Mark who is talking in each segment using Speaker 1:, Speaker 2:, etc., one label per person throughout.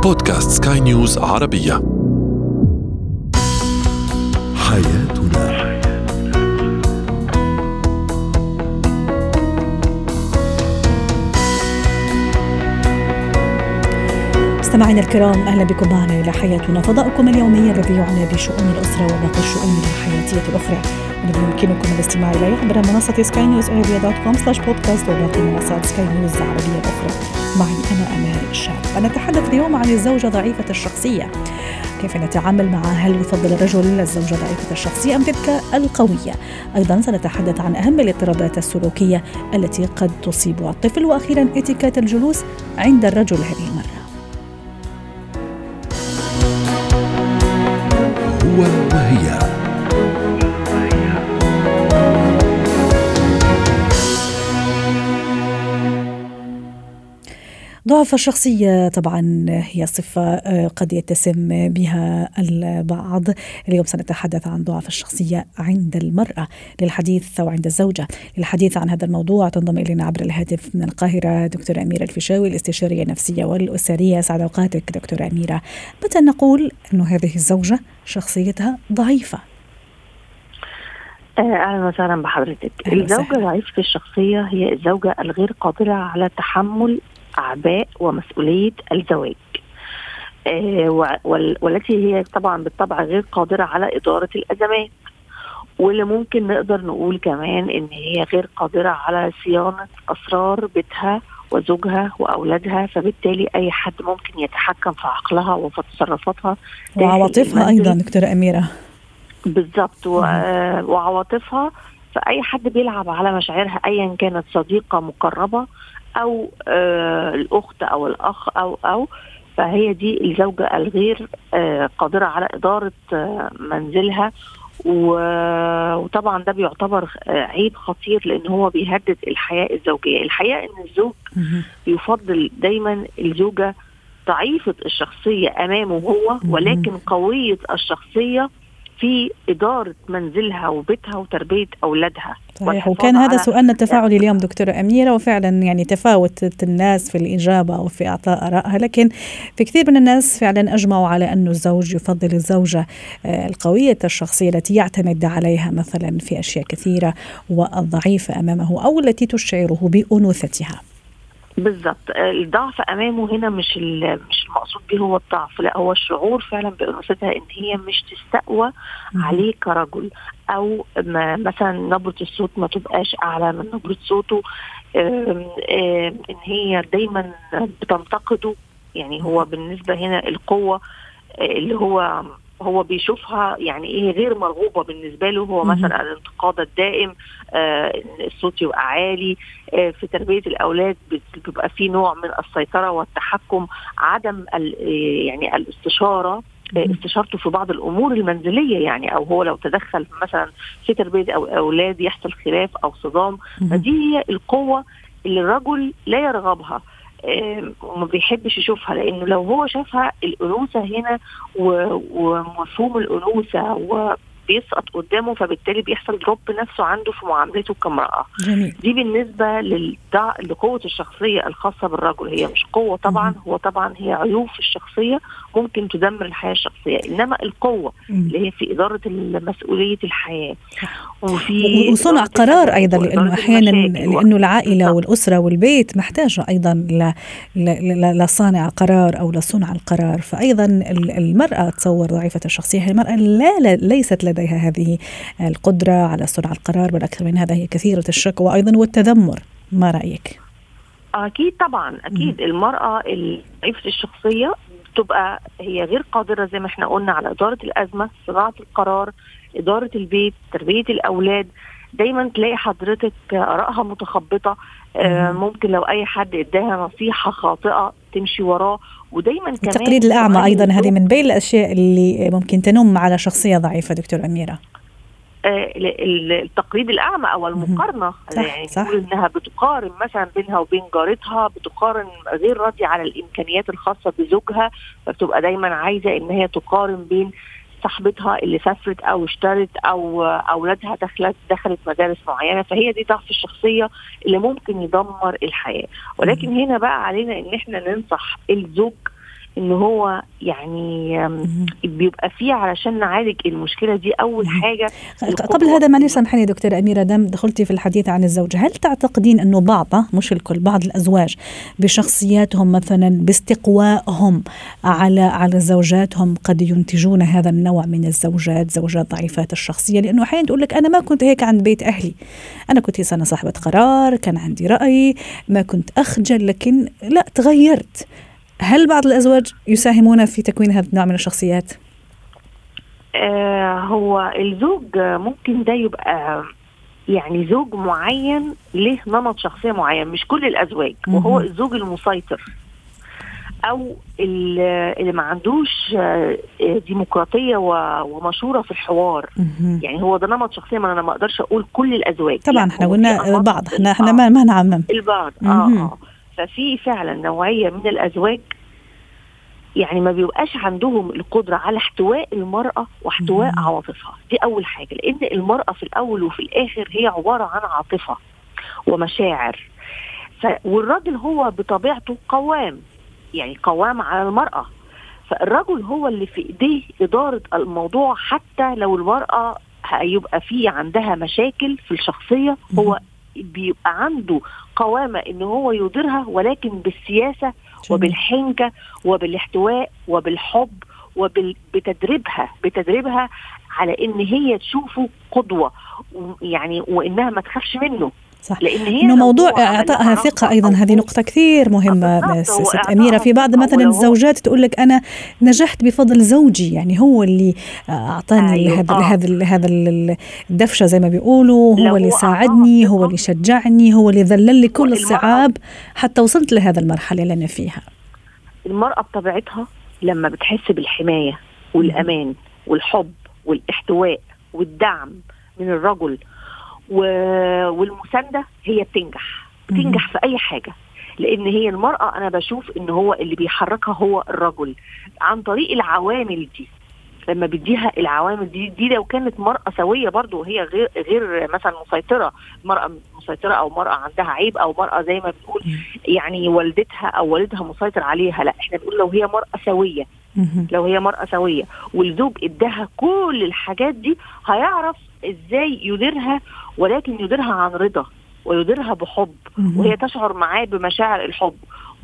Speaker 1: بودكاست سكاي نيوز عربية. حياتنا.
Speaker 2: مستمعينا الكرام، أهلا بكم معنا إلى حياتنا، فضاؤكم اليومي الذي يعنى بشؤون الأسرة وباقي الشؤون الحياتية الأخرى. والذي يمكنكم الاستماع إليه عبر منصة skynewsarabia.com/podcast وباقي منصات سكاي نيوز العربية الأخرى. معي أنا أمال الشاب. نتحدث اليوم عن الزوجة ضعيفة الشخصية، كيف نتعامل معها؟ هل يفضل الرجل الزوجة ضعيفة الشخصية أم تلك القوية؟ أيضا سنتحدث عن أهم الاضطرابات السلوكية التي قد تصيب الطفل، وأخيرا اتيكيت الجلوس عند الرجل هذه المرة.
Speaker 1: هو وهي.
Speaker 2: ضعف الشخصية طبعا هي صفة قد يتسم بها البعض. اليوم سنتحدث عن ضعف الشخصية عند المرأة للحديث أو عند الزوجة. للحديث عن هذا الموضوع تنضم إلينا عبر الهاتف من القاهرة دكتورة أميرة الفيشاوي، الاستشارية النفسية والأسرية. سعد أوقاتك دكتورة أميرة. متى نقول أن هذه الزوجة شخصيتها ضعيفة؟
Speaker 3: أهلا وسهلا بحضرتك. الزوجة ضعيفة الشخصية هي الزوجة الغير قادرة على تحمل أعباء ومسؤولية الزواج، والتي هي طبعا بالطبع غير قادرة على إدارة الأزمات، واللي ممكن نقدر نقول كمان إن هي غير قادرة على صيانة أسرار بيتها وزوجها وأولادها. فبالتالي أي حد ممكن يتحكم في عقلها وفي تصرفاتها
Speaker 2: وعواطفها أيضا دكتورة أميرة.
Speaker 3: بالضبط، وعواطفها. فأي حد بيلعب على مشاعرها، أيا كانت صديقة مقربة أو الأخت أو الأخ أو فهي دي الزوجة الغير قادرة على إدارة منزلها. وطبعا ده بيعتبر عيب خطير، لأن هو بيهدد الحياة الزوجية. الحقيقة إن الزوج يفضل دايما الزوجة ضعيفة الشخصية أمامه هو، ولكن قوية الشخصية في إدارة منزلها وبيتها وتربية أولادها.
Speaker 2: صحيح. وكان هذا سؤالنا التفاعلي اليوم دكتورة أميرة، وفعلا يعني تفاوتت الناس في الإجابة وفي إعطاء آرائها، لكن في كثير من الناس فعلا أجمعوا على أنه الزوج يفضل الزوجة القوية الشخصية التي يعتمد عليها مثلا في أشياء كثيرة، والضعيفة أمامه أو التي تشعره بأنوثتها.
Speaker 3: بالضبط. الضعف أمامه هنا مش المقصود به هو الضعف، لا، هو الشعور فعلا بأنوثتها، إن هي مش تستقوى عليه كرجل، أو مثلا نبرة الصوت ما تبقاش أعلى من نبرة صوته، إن هي دايما بتنتقده. يعني هو بالنسبة هنا القوة اللي هو بيشوفها يعني ايه غير مرغوبة بالنسبة له، هو مثلا الانتقاد الدائم، الصوت يبقى عالي. في تربية الأولاد بيبقى فيه نوع من السيطرة والتحكم، عدم يعني الاستشارة، استشارته في بعض الأمور المنزلية، يعني أو هو لو تدخل مثلا في تربية أولاد يحصل خلاف أو صدام. فدي هي القوة اللي الرجل لا يرغبها وما بيحبش يشوفها، لأنه لو هو شافها الأنوثة هنا ومفهوم الأنوثة وبيسقط قدامه، فبالتالي بيحصل دروب نفسه عنده في معاملته كامرأة.
Speaker 2: جميل.
Speaker 3: دي بالنسبة لقوة الشخصية الخاصة بالرجل. هي مش قوة طبعا، هو طبعا هي عيوب في الشخصية ممكن تدمر الحياة الشخصية، إنما القوة اللي هي في إدارة مسؤولية الحياة
Speaker 2: وفي صنع قرار أيضا، لأنه أحيانا لأنه العائلة والأسرة والبيت محتاجة أيضا لصانع قرار أو لصنع القرار. فأيضا المرأة تصور ضعيفة الشخصية هي المرأة ليست لديها هذه القدرة على صنع القرار، بل أكثر من هذا هي كثيرة الشكوى أيضا والتذمر. ما رأيك؟
Speaker 3: أكيد طبعا، أكيد المرأة ضعيفة الشخصية تبقى هي غير قادرة زي ما احنا قلنا على إدارة الأزمة، صناعة القرار، إدارة البيت، تربية الأولاد. دايما تلاقي حضرتك آرائها متخبطة، ممكن لو أي حد اداها نصيحة خاطئة تمشي وراه. ودايما كمان
Speaker 2: التقليد الأعمى أيضا هذه من بين الأشياء اللي ممكن تنم على شخصية ضعيفة دكتور أميرة.
Speaker 3: التقليد الأعمى أو المقارنة، يعني تقول إنها بتقارن مثلا بينها وبين جارتها، بتقارن غير راضية على الإمكانيات الخاصة بزوجها، فبتبقى دايما عايزة إن هي تقارن بين صاحبتها اللي سافرت أو اشترت أو أولادها دخلت مدارس معينة. فهي دي ضعف الشخصية اللي ممكن يدمر الحياة. ولكن هنا بقى علينا إن احنا ننصح الزوج ان هو يعني بيبقى فيه علشان نعالج المشكلة دي. اول حاجة
Speaker 2: قبل هذا ما سامحني دكتورة أميرة، دام دخلتي في الحديث عن الزوج، هل تعتقدين انه بعض، مش الكل، بعض الازواج بشخصياتهم مثلا باستقوائهم على زوجاتهم قد ينتجون هذا النوع من زوجات ضعيفات الشخصية؟ لانه احيانا تقول لك انا ما كنت هيك عند بيت اهلي، انا كنت انسانة صاحبة قرار، كان عندي رأي، ما كنت اخجل، لكن لا تغيرت. هل بعض الأزواج يساهمون في تكوين هذا النوع من الشخصيات؟
Speaker 3: هو الزوج ممكن ده يبقى يعني زوج معين له نمط شخصية معين، مش كل الأزواج. وهو الزوج المسيطر أو اللي ما عندوش ديمقراطية ومشورة في الحوار. يعني هو ده نمط شخصية، ما أنا ما أقدرش أقول كل الأزواج.
Speaker 2: طبعا احنا قلنا بعض، احنا ما نعمم
Speaker 3: البعض. ففي فعلا نوعية من الأزواج يعني ما بيبقاش عندهم القدرة على احتواء المرأة واحتواء عواطفها. دي أول حاجة، لأن المرأة في الأول وفي الآخر هي عبارة عن عاطفة ومشاعر. والراجل هو بطبيعته قوام، يعني قوام على المرأة. فالرجل هو اللي في إيديه إدارة الموضوع، حتى لو المرأة هيبقى فيه عندها مشاكل في الشخصية، هو بيبقى عنده قوامة إنه هو يديرها، ولكن بالسياسة وبالحنكة وبالاحتواء وبالحب بتدريبها على إن هي تشوفه قدوة، يعني وإنها ما تخافش منه.
Speaker 2: صح. إنه موضوع إعطائها ثقة أيضا، هذه نقطة كثير مهمة ست أميرة. في بعض مثلا الزوجات تقول لك أنا نجحت بفضل زوجي، يعني هو اللي أعطاني هذا الدفشة زي ما بيقولوا، هو اللي ساعدني، هو اللي شجعني، هو اللي ذلل لي كل الصعاب حتى وصلت لهذا المرحلة اللي أنا فيها.
Speaker 3: المرأة بطبيعتها لما بتحس بالحماية والأمان والحب والاحتواء والدعم من الرجل والمساندة، هي بتنجح في أي حاجة. لأن هي المرأة أنا بشوف إن هو اللي بيحركها هو الرجل عن طريق العوامل دي. لما بديها العوامل دي لو كانت مرأة سوية برضو، وهي غير مثلا مسيطرة، مرأة مسيطرة أو مرأة عندها عيب، أو مرأة زي ما بنقول يعني والدتها أو والدها مسيطر عليها، لا احنا بنقول لو هي مرأة سوية والزوج اداها كل الحاجات دي، هيعرف ازاي يديرها، ولكن يديرها عن رضا ويديرها بحب، وهي تشعر معاه بمشاعر الحب،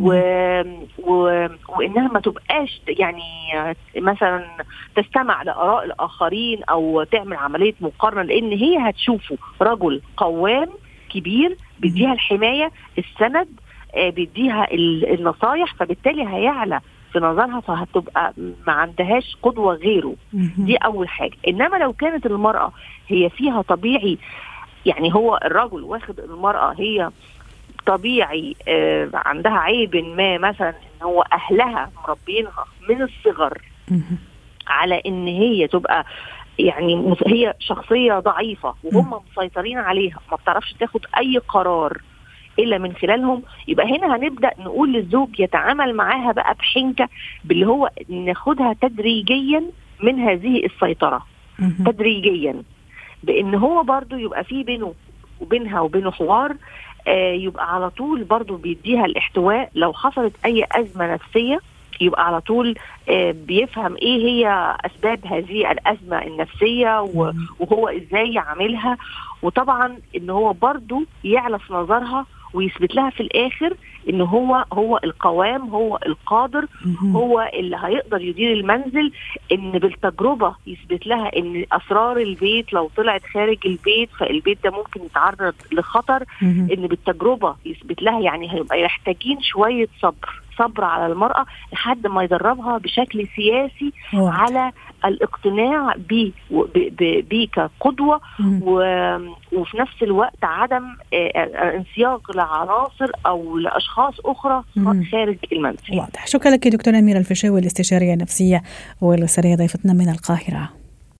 Speaker 3: وإنها ما تبقاش يعني مثلا تستمع لآراء الآخرين أو تعمل عملية مقارنة، لأن هي هتشوفه رجل قوام كبير بيديها الحماية، السند، بيديها النصايح، فبالتالي هيعلى في نظرها، فهتبقى ما عندهاش قدوة غيره. دي أول حاجة. إنما لو كانت المرأة هي فيها طبيعي، يعني هو الرجل واخد المرأة هي طبيعي عندها عيب ما، مثلا إن هو أهلها مربينها من الصغر على إن هي تبقى يعني هي شخصية ضعيفة وهم مسيطرين عليها، ما بتعرفش تاخد أي قرار إلا من خلالهم، يبقى هنا هنبدأ نقول للزوج يتعامل معاها بقى بحنكة، باللي هو ناخدها تدريجيا من هذه السيطرة، تدريجيا، بأن هو برضو يبقى فيه بينه وبينه حوار، يبقى على طول برضو بيديها الاحتواء. لو حصلت أي أزمة نفسية يبقى على طول بيفهم ايه هي اسباب هذه الازمه النفسيه وهو ازاي يعملها. وطبعا ان هو برضو يعلى في نظرها ويثبت لها في الاخر ان هو القوام، هو القادر، هو اللي هيقدر يدير المنزل. ان بالتجربه يثبت لها ان اسرار البيت لو طلعت خارج البيت فالبيت ده ممكن يتعرض لخطر. ان بالتجربه يثبت لها، يعني هيبقى يحتاجين شويه صبر على المرأة لحد ما يدربها بشكل سياسي على الاقتناع بيه كقدوة، وفي نفس الوقت عدم انسياق لعناصر أو لأشخاص أخرى خارج المنزل.
Speaker 2: واضح. شكرا لك دكتورة أميرة الفيشاوي، الاستشارية النفسية والأسرية، ضيفتنا من القاهرة.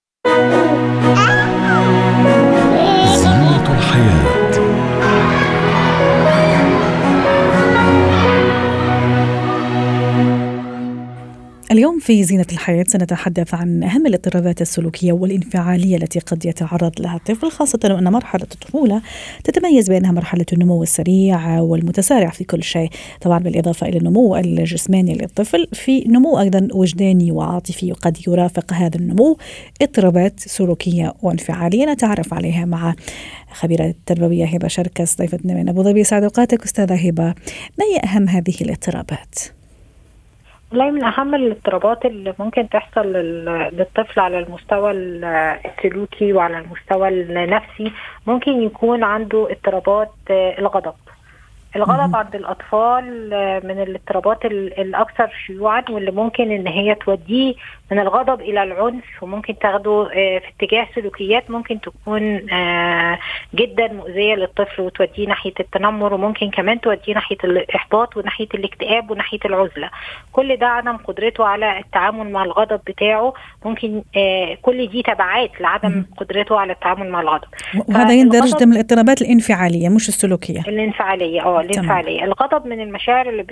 Speaker 1: زينة الحياة.
Speaker 2: اليوم في زينة الحياة سنتحدث عن أهم الاضطرابات السلوكية والانفعالية التي قد يتعرض لها الطفل، خاصة أن مرحلة الطفولة تتميز بأنها مرحلة النمو السريع والمتسارع في كل شيء، طبعا بالإضافة إلى النمو الجسماني للطفل، في نمو أيضا وجداني وعاطفي قد يرافق هذا النمو اضطرابات سلوكية وانفعالية نتعرف عليها مع خبيرة التربوية هبة شركس ضيفتنا من أبو ظبي. سعد أوقاتك أستاذة هبة، ما هي أهم هذه الاضطرابات؟
Speaker 4: والله من أهم الاضطرابات اللي ممكن تحصل للطفل على المستوى السلوكي وعلى المستوى النفسي ممكن يكون عنده اضطرابات الغضب. الغضب عند الأطفال من الاضطرابات الأكثر شيوعا، واللي ممكن إن هي توديه من الغضب إلى العنف، وممكن تاخده في اتجاه سلوكيات ممكن تكون جدا مؤذية للطفل وتوديه ناحية التنمر، وممكن كمان توديه ناحية الإحباط وناحية الاكتئاب وناحية العزلة. كل ده عدم قدرته على التعامل مع الغضب بتاعه، ممكن كل دي تبعات لعدم قدرته على التعامل مع الغضب.
Speaker 2: وهذا يندرج ضمن الاضطرابات الانفعالية مش السلوكية.
Speaker 4: الانفعالية الانفعالية. الغضب من المشاعر اللي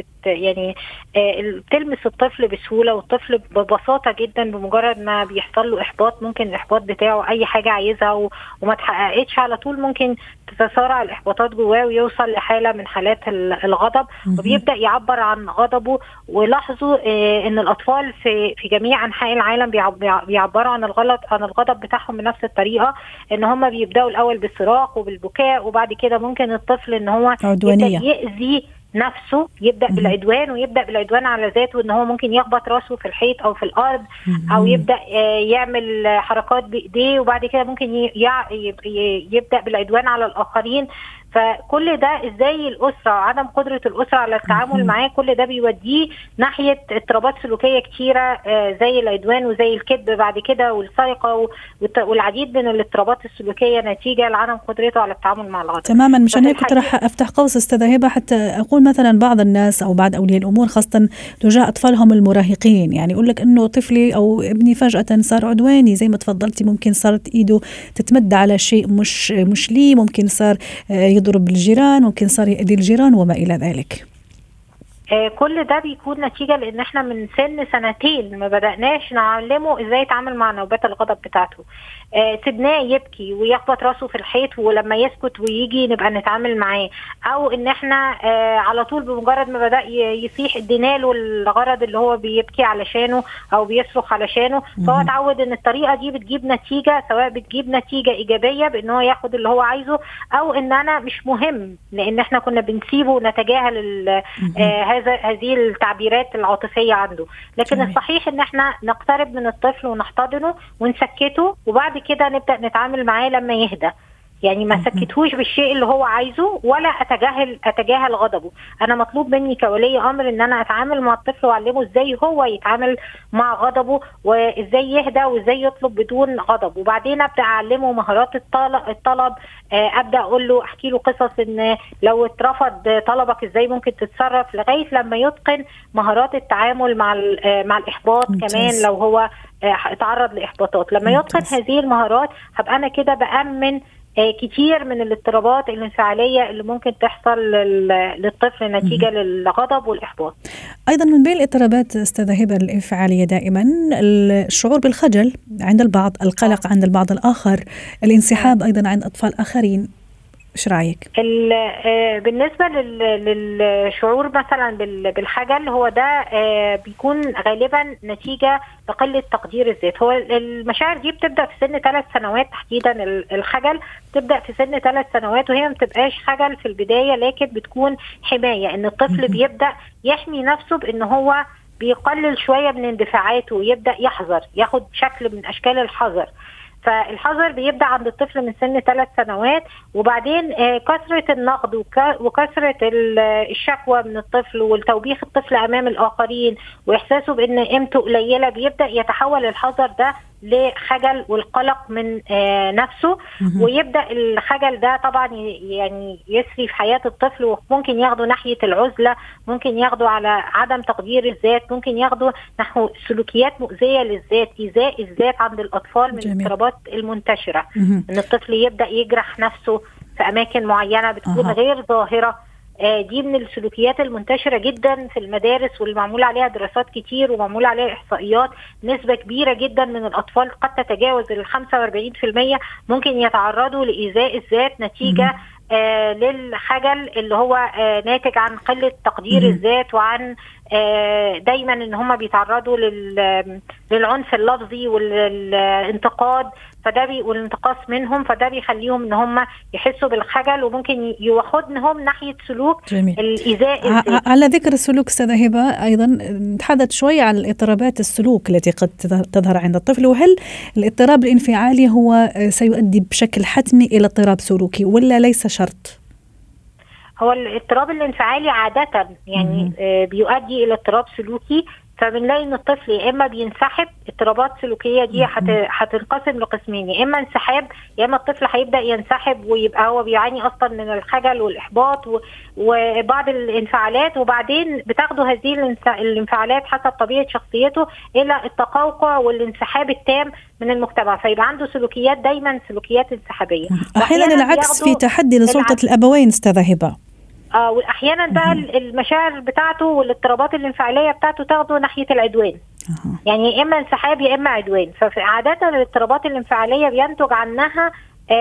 Speaker 4: بتلمس الطفل بسهولة، والطفل ببساطة جدا بمجرد ما بيحصل له إحباط، ممكن الإحباط بتاعه أي حاجة عايزها وما تحققتش على طول ممكن تتسارع الإحباطات جواه ويوصل لحالة من حالات الغضب، وبيبدأ يعبر عن غضبه. ولاحظوا إن الأطفال في جميع أنحاء العالم بيعبروا عن الغضب بتاعهم بنفس الطريقة، إن هم بيبدأوا الأول بالصراخ وبالبكاء، وبعد كده ممكن الطفل إن هو يأذي نفسه، يبدأ بالعدوان، ويبدأ بالعدوان على ذاته، ان هو ممكن يخبط راسه في الحيط او في الارض، او يبدأ يعمل حركات بايديه، وبعد كده ممكن يبدأ بالعدوان على الاخرين. فكل ده ازاي الاسره وعدم قدره الاسره على التعامل معاه، كل ده بيوديه ناحيه اضطرابات سلوكيه كتيره زي العدوان وزي الكذب بعد كده والسرقه والعديد من الاضطرابات السلوكيه نتيجه لعدم قدرته على التعامل مع الغضب.
Speaker 2: تماما، مشان هيك كنت راح افتح قوس استاذه هبه حتى اقول مثلا بعض الناس او بعض اولياء الامور خاصه تجاه اطفالهم المراهقين، يعني يقول لك انه طفلي او ابني فجاه صار عدواني زي ما تفضلتي، ممكن صارت ايده تتمد على شيء مش ليه، ممكن صار يضرب الجيران، ممكن صار يأذي الجيران وما إلى ذلك.
Speaker 4: كل ده بيكون نتيجة لأن احنا من سنتين ما بدأناش نعلمه ازاي يتعامل مع نوبات الغضب بتاعته. سيبناه يبكي ويخبط راسه في الحيط، ولما يسكت ويجي نبقى نتعامل معاه، او ان احنا على طول بمجرد ما بدأ يصيح اديناله الغرض اللي هو بيبكي علشانه او بيصرخ علشانه، فهو اتعود ان الطريقة دي بتجيب نتيجة، سواء بتجيب نتيجة ايجابية بان هو ياخد اللي هو عايزه، او ان انا مش مهم لان احنا كنا بنسيبه ونتجاهل هذه التعبيرات العاطفية عنده. لكن الصحيح ان احنا نقترب من الطفل ونحتضنه ونسكته، وبعد كده نبدأ نتعامل معاه لما يهدى. يعني ما سكتهوش بالشيء اللي هو عايزه ولا اتجاهل غضبه. انا مطلوب مني كولي امر ان انا اتعامل مع الطفل واعلمه ازاي هو يتعامل مع غضبه، وازاي يهدى، وازاي يطلب بدون غضب. وبعدين ابدا اعلمه مهارات الطلب، ابدا اقول له، احكي له قصص ان لو اترفض طلبك ازاي ممكن تتصرف، لغايه لما يتقن مهارات التعامل مع الاحباط. كمان لو هو اتعرض لاحباطات، لما يتقن هذه المهارات هبقى انا كده بأمن كتير من الاضطرابات الانفعالية اللي ممكن تحصل للطفل نتيجة للغضب والإحباط.
Speaker 2: أيضا من بين الاضطرابات أستاذة هبة الانفعالية دائما الشعور بالخجل عند البعض، القلق عند البعض الآخر، الانسحاب أيضا عند أطفال آخرين. إيش رأيك؟
Speaker 4: بالنسبة للشعور مثلا بالخجل، هو ده بيكون غالبا نتيجة لقلة تقدير الذات. هو المشاعر دي بتبدأ في سن 3 سنوات تحديدا. الخجل بتبدأ في سن 3 سنوات، وهي ما بتبقاش خجل في البداية، لكن بتكون حماية، ان الطفل بيبدأ يحمي نفسه بان هو بيقلل شوية من اندفاعاته ويبدأ يحذر، ياخد شكل من اشكال الحذر. فالحذر بيبدأ عند الطفل من سن 3 سنوات، وبعدين كثرة النقد وكثرة الشكوى من الطفل والتوبيخ الطفل أمام الآخرين وإحساسه بأن قيمته قليلة، بيبدأ يتحول الحذر ده لخجل والقلق من نفسه. ويبدأ الخجل ده طبعا يعني يسري في حياة الطفل، وممكن ياخده ناحية العزلة، ممكن ياخده على عدم تقدير الذات، ممكن ياخده نحو سلوكيات مؤذية للذات، إيذاء الذات عند الأطفال من الاضطرابات المنتشرة. ان الطفل يبدأ يجرح نفسه في أماكن معينة بتكون غير ظاهرة دي من السلوكيات المنتشرة جدا في المدارس واللي معمول عليها دراسات كتير ومعمول عليها إحصائيات. نسبة كبيرة جدا من الأطفال قد تتجاوز 45% ممكن يتعرضوا لإيذاء الذات نتيجة للخجل اللي هو ناتج عن قلة تقدير الذات، وعن دايما ان هم بيتعرضوا للعنف اللفظي والانتقاد والانتقاص منهم، فده بيخليهم ان هم يحسوا بالخجل وممكن ياخدهم ناحيه سلوك
Speaker 2: جميل.
Speaker 4: الايذاء الذاتي.
Speaker 2: على ذكر السلوك استاذة هبة، ايضا نتحدث شوي عن اضطرابات السلوك التي قد تظهر عند الطفل، وهل الاضطراب الانفعالي هو سيؤدي بشكل حتمي الى اضطراب سلوكي ولا ليس شرط؟
Speaker 4: هو الاضطراب الانفعالي عادة يعني بيؤدي إلى اضطراب سلوكي، فبنلاقي ان الطفل يا اما بينسحب. اضطرابات سلوكيه دي هتنقسم لقسمين، يا اما انسحاب، يا اما الطفل هيبدا ينسحب ويبقى هو بيعاني اصلا من الخجل والاحباط وبعض الانفعالات، وبعدين بتاخده هذه الانفعالات حسب طبيعه شخصيته الى التقوقع والانسحاب التام من المجتمع، فيبقى عنده سلوكيات دايما سلوكيات انسحابيه.
Speaker 2: احيانا العكس في تحدي لسلطه الابوين استاذة هبة.
Speaker 4: واحيانا بقى المشاعر بتاعته والاضطرابات الانفعاليه بتاعته تاخده ناحيه العدوان. يعني يا اما انسحاب يا اما عدوان. فعاده الاضطرابات الانفعاليه بينتج عنها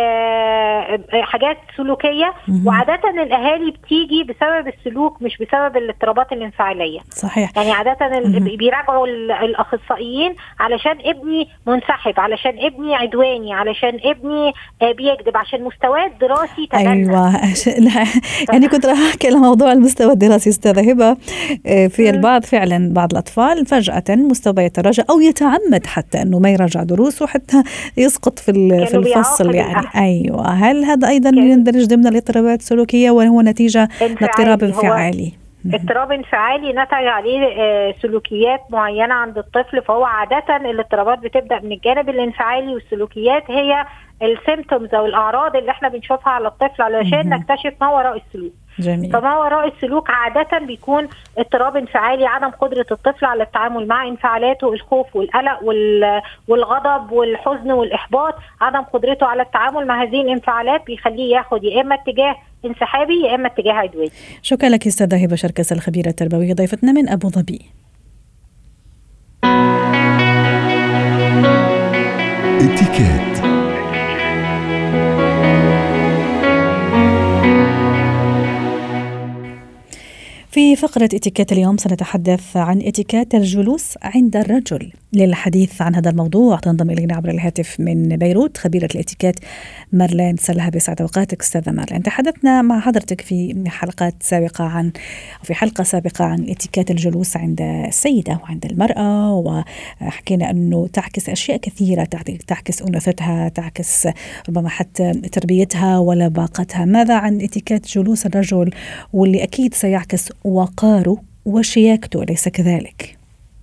Speaker 4: حاجات سلوكيه، وعاده الاهالي بتيجي بسبب السلوك مش بسبب الاضطرابات الانفعاليه.
Speaker 2: صحيح.
Speaker 4: يعني عاده بيراجعوا الاخصائيين علشان ابني منسحب، علشان ابني عدواني، علشان ابني بيكذب، عشان مستواه الدراسي تدنى.
Speaker 2: ايوه يعني كنت راح احكي على موضوع المستوى الدراسي استاذة هبة. في البعض فعلا بعض الاطفال فجاه مستوى يتراجع او يتعمد حتى انه ما يراجع دروسه حتى يسقط في الفصل يعني. أيوة، هل هذا أيضا يندرج ضمن الاضطرابات السلوكية وهو نتيجة لاضطراب انفعالي؟
Speaker 4: اضطراب انفعالي نتج عليه سلوكيات معينة عند الطفل، فهو عادة الاضطرابات بتبدأ من الجانب الانفعالي، والسلوكيات هي السيمتومز أو الأعراض اللي احنا بنشوفها على الطفل علشان نكتشف ما وراء السلوك.
Speaker 2: جميل.
Speaker 4: فما وراء السلوك عادة بيكون اضطراب انفعالي، عدم قدرة الطفل على التعامل مع انفعالاته، الخوف والقلق والغضب والحزن والإحباط، عدم قدرته على التعامل مع هذه الانفعالات بيخليه ياخد يا إما اتجاه انسحابي يا إما اتجاه عدواني.
Speaker 2: شكرا لك استاذة هبة شركس الخبيرة التربوية ضيفتنا من أبو ظبي.
Speaker 1: اتيكيت.
Speaker 2: في فقرة اتيكيت اليوم سنتحدث عن اتيكيت الجلوس عند الرجل. للحديث عن هذا الموضوع تنضم إلينا عبر الهاتف من بيروت خبيرة الاتيكيت مارلين سلهب. يسعد أوقاتك أستاذة مارلين. تحدثنا مع حضرتك في حلقة سابقة عن اتيكيت الجلوس عند السيدة وعند المرأة، وحكينا أنه تعكس أشياء كثيرة، تعكس أنوثتها، تعكس ربما حتى تربيتها ولباقتها. ماذا عن اتيكيت جلوس الرجل واللي أكيد سيعكس وقاره وشياكته، أليس كذلك؟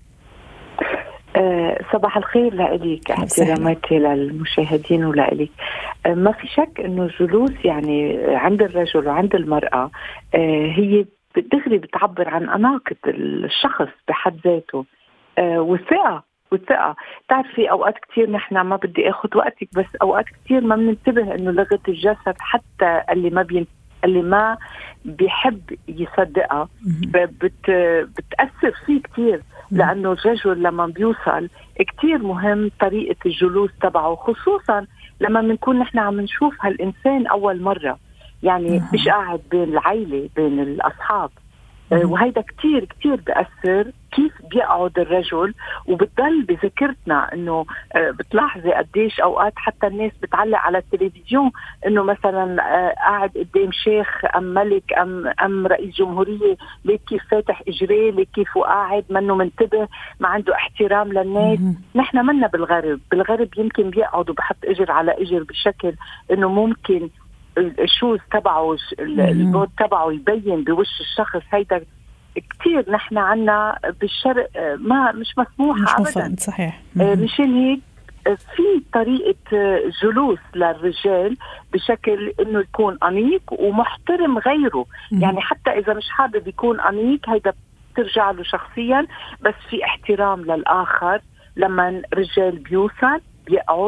Speaker 3: صباح الخير لإليك، احتراماتي للمشاهدين ولإليك. ما في شك انه الجلوس يعني عند الرجل وعند المرأة هي بالدغري بتعبر عن أناقة الشخص بحد ذاته، والثقة. تعرفي أوقات كتير نحن ما بدي أخذ وقتك، بس أوقات كتير ما بننتبه إنه لغة الجسد حتى اللي ما بيحب يصدقها بتأثر فيه كتير، لأنه الرجل لما بيوصل كتير مهم طريقة الجلوس تبعه، خصوصا لما بنكون نحن عم نشوف هالإنسان أول مرة، يعني مش قاعد بين العائلة بين الأصحاب. وهيدا كتير كتير بأثر كيف بيقعد الرجل، وبتضل بذكرتنا انه بتلاحظي قديش اوقات حتى الناس بتعلق على التلفزيون انه مثلا قاعد قدام شيخ ام ملك ام رئيس جمهورية، ليك كيف فاتح اجريه، ليك كيف قاعد منه منتبه، ما عنده احترام للناس. نحن منا بالغرب يمكن بيقعدوا بحط اجر على اجر بشكل انه ممكن الشوز تبعه البوت تبعه يبين بوش الشخص. هيدا كتير نحن عنا بالشرق ما مش مسموح أبدا.
Speaker 2: صحيح.
Speaker 3: مشان هيك في طريقة جلوس للرجال بشكل انه يكون أنيق ومحترم غيره. يعني حتى اذا مش حابب يكون أنيق هيدا بترجع له شخصيا، بس في احترام للآخر. لما الرجال بيوصل بيقعد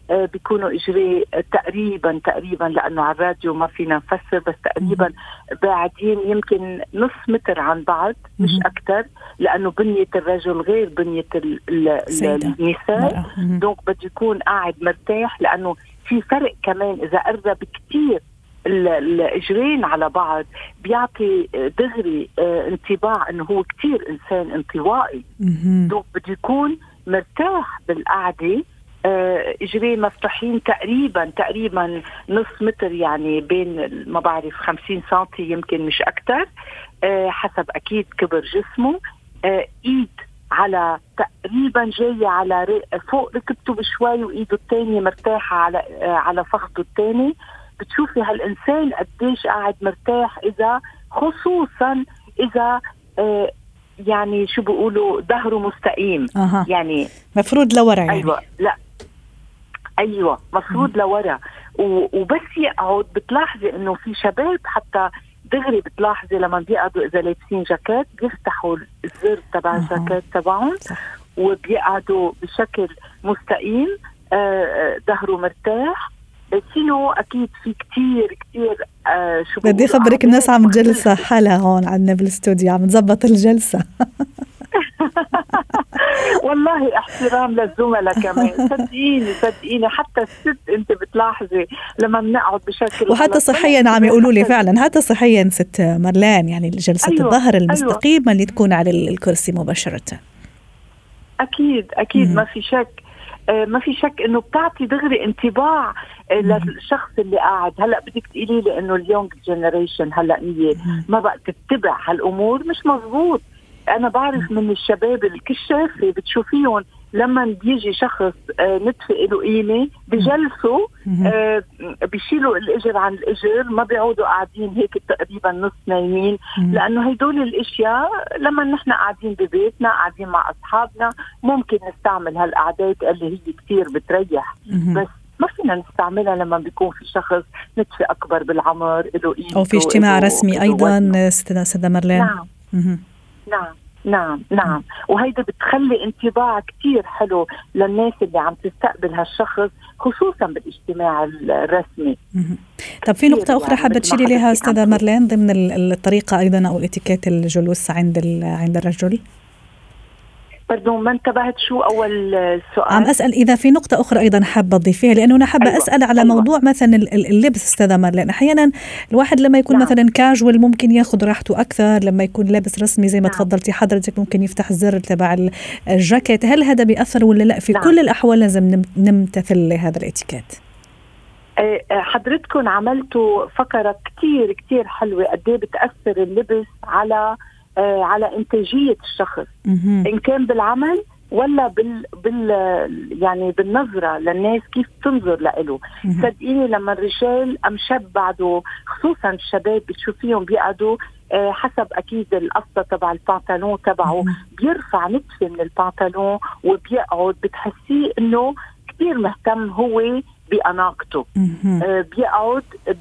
Speaker 3: بيكونوا إجري تقريبا لأنه على الراديو ما فينا نفسر، بس تقريبا باعدين يمكن نص متر عن بعض مش أكتر، لأنه بنية الرجل غير بنية النساء. دونك بده يكون قاعد مرتاح، لأنه في فرق كمان إذا قرب كتير الإجرين على بعض بيعطي دغري انطباع أنه هو كتير إنسان انطوائي. دونك بده يكون مرتاح بالقعدة، إجرين مفتوحين تقريبا نص متر، يعني بين ما بعرف 50 سنتي يمكن مش أكتر، حسب أكيد كبر جسمه. إيد على تقريبا جاية على فوق ركبته بشوي، وإيده الثانية مرتاحة على فخذه الثاني. بتشوفي هالإنسان قديش قاعد مرتاح، إذا خصوصا إذا يعني شو بيقولوا ظهره مستقيم. يعني
Speaker 2: مفروض لورا يعني.
Speaker 3: أيوة مفروض لورا. وبس يقعد بتلاحظي إنه في شباب حتى دغري بتلاحظي لما بيقعدوا إذا لابسين جاكيت بيفتحوا الزر تبع الجاكيت تبعهم وبيقعدوا بشكل مستقيم، ظهره مرتاح. سينو أكيد في كتير شو
Speaker 2: بدي خبرك الناس عم جلسة حالها هون عندنا بالاستوديو، عم نظبط الجلسة.
Speaker 3: والله احترام للزملاء كمان. صدقيني حتى الست انت بتلاحظي لما بنقعد بشكل،
Speaker 2: وحتى صحيا عم يقولوا لي فعلا حتى صحيا ست مارلين، يعني جلسة الظهر المستقيمة اللي تكون على الكرسي مباشرة.
Speaker 3: أكيد ما في شك انه بتعطي دغري انطباع للشخص اللي قاعد. هلا بدك تقولي لي انه اليونج جنريشن هلا ما بقى تتبع هالامور، مش مزبوط. انا بعرف من الشباب الكشافة بتشوفيهم لما بيجي شخص ندفق له قيمة بجلسوا بيشيلوا الإجر عن الإجر، ما بيعودوا قاعدين هيك تقريبا نص نايمين، لأنه هيدول الاشياء لما نحن قاعدين ببيتنا قاعدين مع أصحابنا ممكن نستعمل هالقعدات اللي هي كتير بتريح، بس ما فينا نستعملها لما بيكون في شخص نتفق أكبر بالعمر له قيمته
Speaker 2: أو في اجتماع رسمي أيضا. سيدة مارلين.
Speaker 3: نعم. وهيدا بتخلي انطباع كتير حلو للناس اللي عم تستقبل هالشخص، خصوصا بالاجتماع الرسمي.
Speaker 2: طب في نقطة أخرى حابة تشيري لها أستاذة مارلين ضمن الطريقة أيضا أو الاتيكيت الجلوس عند الرجل؟
Speaker 3: ما انتبهت شو أول سؤال؟
Speaker 2: عم أسأل إذا في نقطة أخرى أيضا حابة تضيفيها، لأنه أنا حابة أسأل على موضوع مثلا اللبس أستاذة مارلين. أحيانا الواحد لما يكون مثلا كاجوال ممكن ياخد راحته أكثر، لما يكون لابس رسمي زي ما تفضلتي حضرتك ممكن يفتح الزر تبع الجاكيت. هل هذا بيأثر ولا لا؟ في كل الأحوال لازم نمتثل هذا الاتيكيت.
Speaker 3: حضرتكم عملتوا فكرة كتير حلوة قديه بتأثر اللبس على إنتاجية الشخص، إن كان بالعمل ولا يعني بالنظرة للناس كيف تنظر له. صدقيني لما الرجال أمشب بعده، خصوصا الشباب بتشوفيهم بيقعدوا حسب أكيد القصة تبع البنطلون تبعه، بيرفع نتفة من البنطلون وبيقعد بتحسيه إنه كتير مهتم هو بأناقته. بيقعد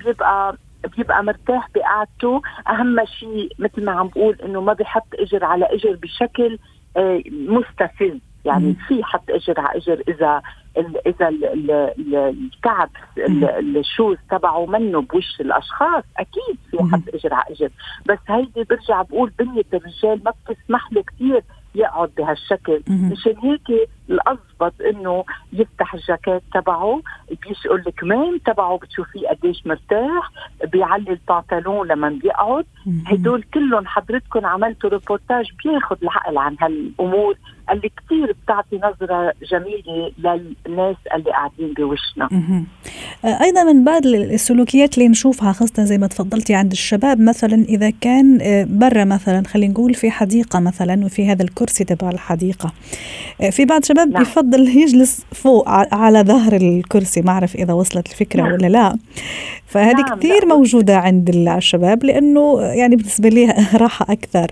Speaker 3: بيبقى مرتاح بقعدته. أهم شيء مثل ما عم بقول إنه ما بيحط إجر على إجر بشكل مستفز، يعني في حط إجر على إجر إذا الكعب الشوز تبعه منه بوش الأشخاص، أكيد في حط إجر على إجر، بس هيدي برجع بقول بنية الرجال ما بتسمح له كتير يقعد بهالشكل. مشان هيك الأضبط إنه يفتح الجاكيت تبعه، بيشقل الكمام تبعه بتشوفيه قديش مرتاح، بيعلي البنطلون لما بيقعد. هدول كلهم حضرتكم عملتوا ريبورتاج بياخد العقل عن هالأمور اللي كتير بتعطي نظرة جميلة للناس اللي قاعدين بوشنا.
Speaker 2: أيضا من بعض السلوكيات اللي نشوفها خاصة زي ما تفضلتي عند الشباب، مثلا إذا كان برا مثلا خلينا نقول في حديقة مثلا وفي هذا الكرسي تبع الحديقة، في بعض شباب بيفضل يجلس فوق على ظهر الكرسي. ما أعرف إذا وصلت الفكرة ولا لا. فهذه كتير موجودة عند الشباب لأنه يعني بالنسبة لي راحة أكثر.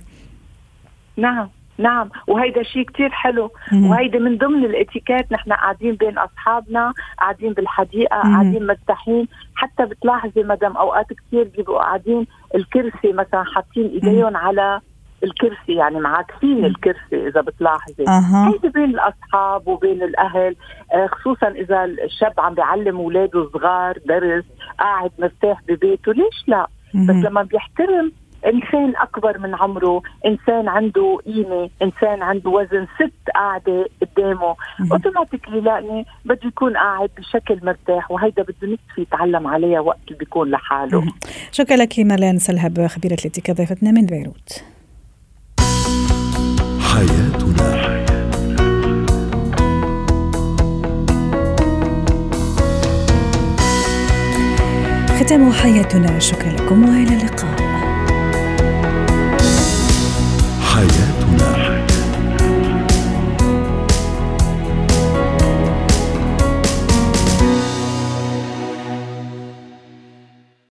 Speaker 3: نعم وهيدا شيء كتير حلو، وهيدا من ضمن الاتيكيت. نحن قاعدين بين أصحابنا، قاعدين بالحديقة، قاعدين مرتاحين. حتى بتلاحظي مدام أوقات كتير بيبقوا قاعدين الكرسي مثلا حاطين إيديهم على الكرسي، يعني معاكسين الكرسي إذا بتلاحظي. هيدي بين الأصحاب وبين الأهل، خصوصا إذا الشاب عم بيعلم أولاده صغار درس، قاعد مرتاح ببيته، ليش لا؟ بس لما بيحترم إنسان أكبر من عمره، إنسان عنده قيمة، إنسان عنده وزن، ست قاعدة قدامه، أوتوماتيكلي لأني بده يكون قاعد بشكل مرتاح، وهيدا بده نفسه يتعلم عليها وقت اللي بيكون لحاله.
Speaker 2: شكرا لك مارلين سلهب، خبيرة الاتيكيت، ضيفتنا من بيروت.
Speaker 1: حياتنا.
Speaker 2: ختام حياتنا، شكرا لكم وإلى اللقاء.